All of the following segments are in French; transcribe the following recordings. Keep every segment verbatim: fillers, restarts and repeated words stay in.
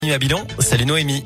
À Bilon, salut Noémie.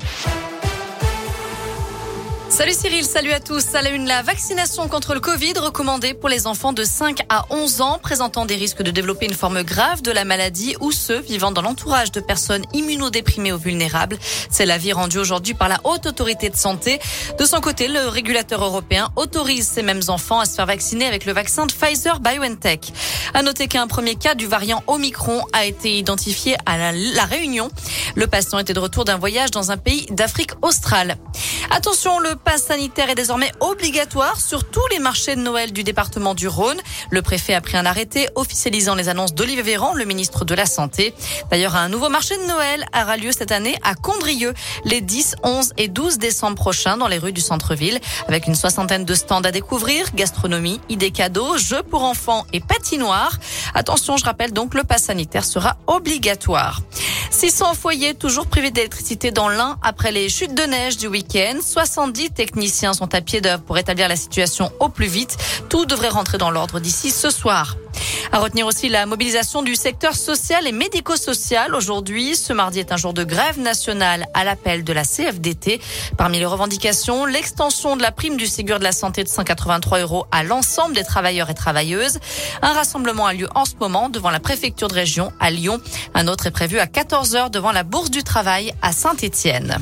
Salut Cyril, salut à tous. À la une, la vaccination contre le Covid recommandée pour les enfants de cinq à onze ans présentant des risques de développer une forme grave de la maladie ou ceux vivant dans l'entourage de personnes immunodéprimées ou vulnérables. C'est l'avis rendu aujourd'hui par la Haute Autorité de Santé. De son côté, le régulateur européen autorise ces mêmes enfants à se faire vacciner avec le vaccin de Pfizer-BioNTech. À noter qu'un premier cas du variant Omicron a été identifié à la, la Réunion. Le patient était de retour d'un voyage dans un pays d'Afrique australe. Attention, le pass sanitaire est désormais obligatoire sur tous les marchés de Noël du département du Rhône. Le préfet a pris un arrêté officialisant les annonces d'Olivier Véran, le ministre de la Santé. D'ailleurs, un nouveau marché de Noël aura lieu cette année à Condrieu, les dix, onze et douze décembre prochains dans les rues du centre-ville, avec une soixantaine de stands à découvrir, gastronomie, idées cadeaux, jeux pour enfants et patinoires. Attention, je rappelle donc, le pass sanitaire sera obligatoire. six cents foyers toujours privés d'électricité dans l'Ain après les chutes de neige du week-end. soixante-dix techniciens sont à pied d'œuvre pour établir la situation au plus vite. Tout devrait rentrer dans l'ordre d'ici ce soir. À retenir aussi la mobilisation du secteur social et médico-social. Aujourd'hui, ce mardi est un jour de grève nationale à l'appel de la C F D T. Parmi les revendications, l'extension de la prime du Ségur de la Santé de cent quatre-vingt-trois euros à l'ensemble des travailleurs et travailleuses. Un rassemblement a lieu en ce moment devant la préfecture de région à Lyon. Un autre est prévu à quatorze heures devant la Bourse du Travail à Saint-Étienne.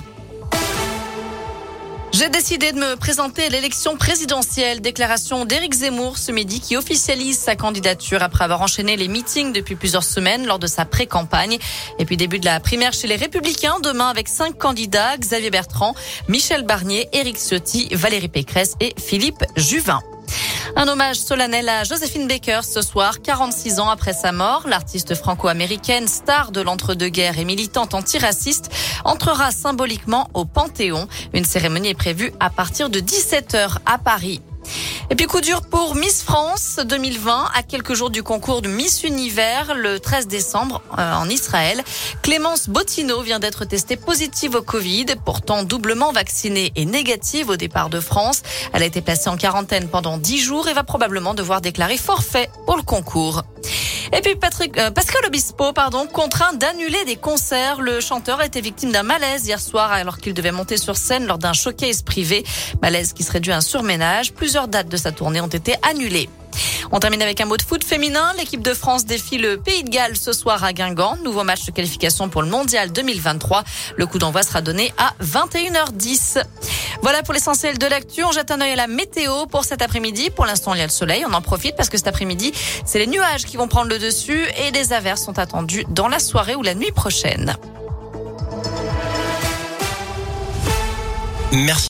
J'ai décidé de me présenter à l'élection présidentielle. Déclaration d'Éric Zemmour ce midi qui officialise sa candidature après avoir enchaîné les meetings depuis plusieurs semaines lors de sa pré-campagne. Et puis début de la primaire chez les Républicains demain avec cinq candidats, Xavier Bertrand, Michel Barnier, Éric Ciotti, Valérie Pécresse et Philippe Juvin. Un hommage solennel à Joséphine Baker ce soir, quarante-six ans après sa mort. L'artiste franco-américaine, star de l'entre-deux-guerres et militante antiraciste, entrera symboliquement au Panthéon. Une cérémonie est prévue à partir de dix-sept heures à Paris. Et puis coup dur pour Miss France deux mille vingt, à quelques jours du concours de Miss Univers, le treize décembre euh, en Israël. Clémence Bottineau vient d'être testée positive au Covid, pourtant doublement vaccinée et négative au départ de France. Elle a été placée en quarantaine pendant dix jours et va probablement devoir déclarer forfait pour le concours. Et puis Patrick, euh, Pascal Obispo, pardon, contraint d'annuler des concerts. Le chanteur a été victime d'un malaise hier soir alors qu'il devait monter sur scène lors d'un showcase privé. Malaise qui serait dû à un surménage. Plusieurs dates de sa tournée ont été annulées. On termine avec un mot de foot féminin. L'équipe de France défie le Pays de Galles ce soir à Guingamp. Nouveau match de qualification pour le Mondial deux mille vingt-trois. Le coup d'envoi sera donné à vingt et une heures dix. Voilà pour l'essentiel de l'actu. On jette un œil à la météo pour cet après-midi. Pour l'instant, il y a le soleil. On en profite parce que cet après-midi, c'est les nuages qui vont prendre le dessus et les averses sont attendues dans la soirée ou la nuit prochaine. Merci.